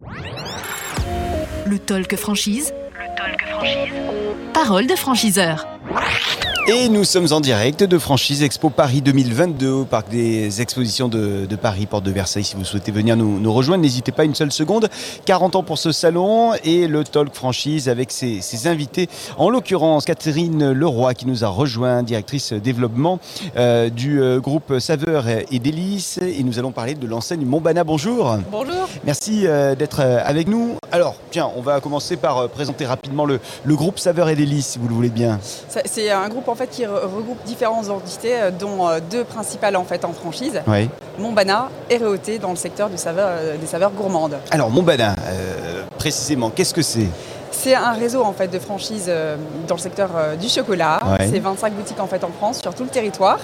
Le Talk Franchise. Parole de franchiseur. Et nous sommes en direct de Franchise Expo Paris 2022 au Parc des Expositions de Paris, Porte de Versailles. Si vous souhaitez venir nous rejoindre, n'hésitez pas une seule seconde. 40 ans pour ce salon et le Talk Franchise avec ses invités. En l'occurrence, Catherine Leroy qui nous a rejoint, directrice développement du groupe Saveurs et Délices. Et nous allons parler de l'enseigne Montbana. Bonjour. Bonjour. Merci d'être avec nous. Alors, tiens, on va commencer par présenter rapidement le groupe Saveurs et Délices, si vous le voulez bien. C'est un groupe en fait qui regroupe différentes entités, dont deux principales en fait en franchise. Oui. Montbana et Réauté dans le secteur des saveurs gourmandes. Alors Montbana, précisément, qu'est-ce que c'est ? C'est un réseau en fait de franchises dans le secteur du chocolat. Ouais. C'est 25 boutiques en fait en France sur tout le territoire.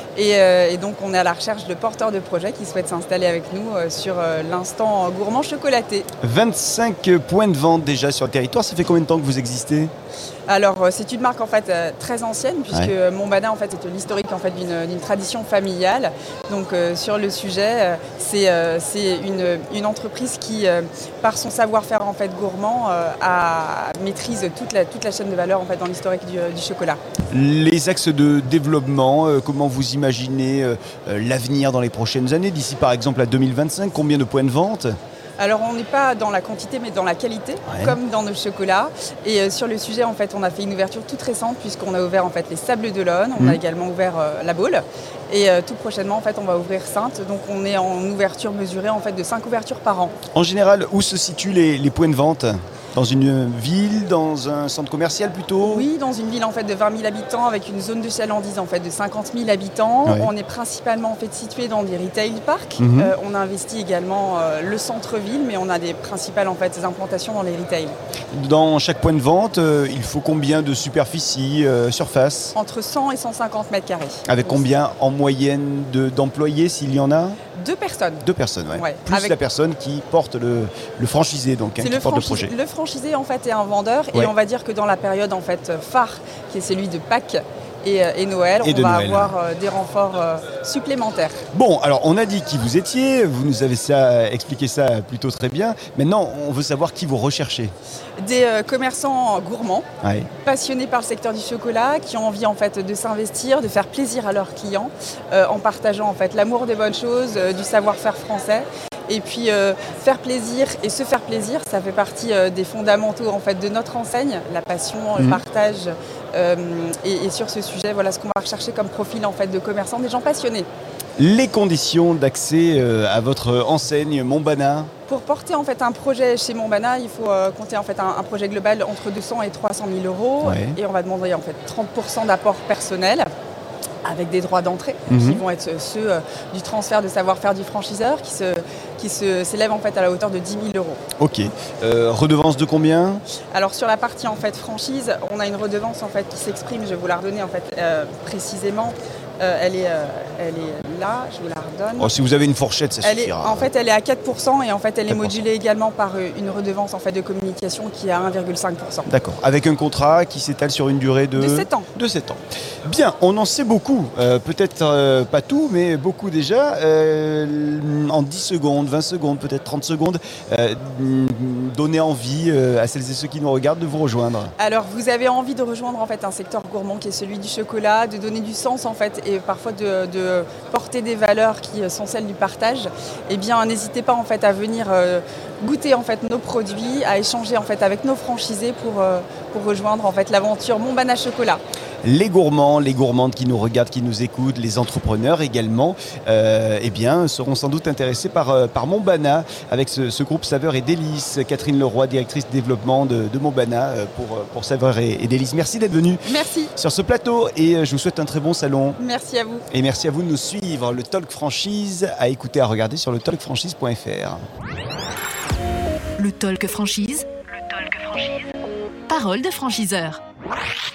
Et donc on est à la recherche de porteurs de projets qui souhaitent s'installer avec nous sur l'instant gourmand chocolaté. 25 points de vente déjà sur le territoire. Ça fait combien de temps que vous existez ? Alors c'est une marque en fait très ancienne puisque Montbana en fait est l'historique en fait d'une tradition familiale. Donc sur le sujet, c'est une entreprise qui par son savoir-faire en fait gourmand maîtrise toute la chaîne de valeur en fait dans l'historique du chocolat. Les axes de développement, comment vous imaginez l'avenir dans les prochaines années, d'ici par exemple à 2025, combien de points de vente ? Alors on n'est pas dans la quantité mais dans la qualité, comme dans nos chocolats. Et sur le sujet en fait on a fait une ouverture toute récente puisqu'on a ouvert en fait les Sables d'Olonne, on a également ouvert la Baule. Et tout prochainement en fait on va ouvrir Saintes, donc on est en ouverture mesurée en fait de 5 ouvertures par an. En général, où se situent les points de vente ? Dans une ville, dans un centre commercial plutôt ? Oui, dans une ville en fait de 20 000 habitants avec une zone de chalandise en fait de 50 000 habitants. Ouais. On est principalement en fait situé dans des retail parks. On a investi également le centre-ville, mais on a des principales en fait implantations dans les retail. Dans chaque point de vente, il faut combien de superficie, surface ? Entre 100 et 150 mètres carrés. Avec combien en moyenne d'employés s'il y en a ? 2 personnes. 2 personnes, oui. Ouais. Plus la personne qui porte le franchisé, donc, qui porte le projet. Le franchisé en fait est un vendeur et on va dire que dans la période en fait phare, qui est celui de Pâques et Noël, on va avoir des renforts supplémentaires. Bon, alors on a dit qui vous étiez, vous nous avez expliqué ça plutôt très bien. Maintenant, on veut savoir qui vous recherchez. Des commerçants gourmands, Ouais. passionnés par le secteur du chocolat, qui ont envie en fait de s'investir, de faire plaisir à leurs clients, en partageant en fait l'amour des bonnes choses, du savoir-faire français. Et puis faire plaisir et se faire plaisir, ça fait partie des fondamentaux en fait de notre enseigne, la passion, le partage. Et sur ce sujet, voilà ce qu'on va rechercher comme profil en fait de commerçants, des gens passionnés. Les conditions d'accès à votre enseigne Montbana ? Pour porter en fait un projet chez Montbana, il faut compter en fait un projet global entre 200 et 300 000 euros. Ouais. Et on va demander en fait 30% d'apport personnel, avec des droits d'entrée qui vont être ceux du transfert de savoir-faire du franchiseur qui s'élève en fait à la hauteur de 10 000 euros. Ok. Redevance de combien ? Alors sur la partie en fait franchise, on a une redevance en fait qui s'exprime, je vais vous la redonner en fait précisément. Elle est là, je vous la redonne. Oh, si vous avez une fourchette, ça suffira. En fait, elle est à 4% et en fait, elle est 4%. modulée également par une redevance en fait de communication qui est à 1,5%. D'accord. Avec un contrat qui s'étale sur une durée de 7 ans. De 7 ans. Bien, on en sait beaucoup. Peut-être pas tout, mais beaucoup déjà. En 10 secondes, 20 secondes, peut-être 30 secondes, donner envie à celles et ceux qui nous regardent de vous rejoindre. Alors, vous avez envie de rejoindre en fait un secteur gourmand qui est celui du chocolat, de donner du sens en fait et parfois de porter des valeurs qui sont celles du partage. Eh bien, n'hésitez pas en fait à venir goûter en fait nos produits, à échanger en fait avec nos franchisés pour rejoindre en fait l'aventure Montbana Chocolat. Les gourmands, les gourmandes qui nous regardent, qui nous écoutent, les entrepreneurs également, eh bien, seront sans doute intéressés par Montbana avec ce groupe Saveurs et Délices. Catherine Leroy, directrice développement de Montbana pour Saveurs et Délices. Merci d'être venue sur ce plateau et je vous souhaite un très bon salon. Merci à vous. Et merci à vous de nous suivre. Le Talk Franchise à écouter, à regarder sur le talkfranchise.fr. Le Talk Franchise. Parole de franchiseur.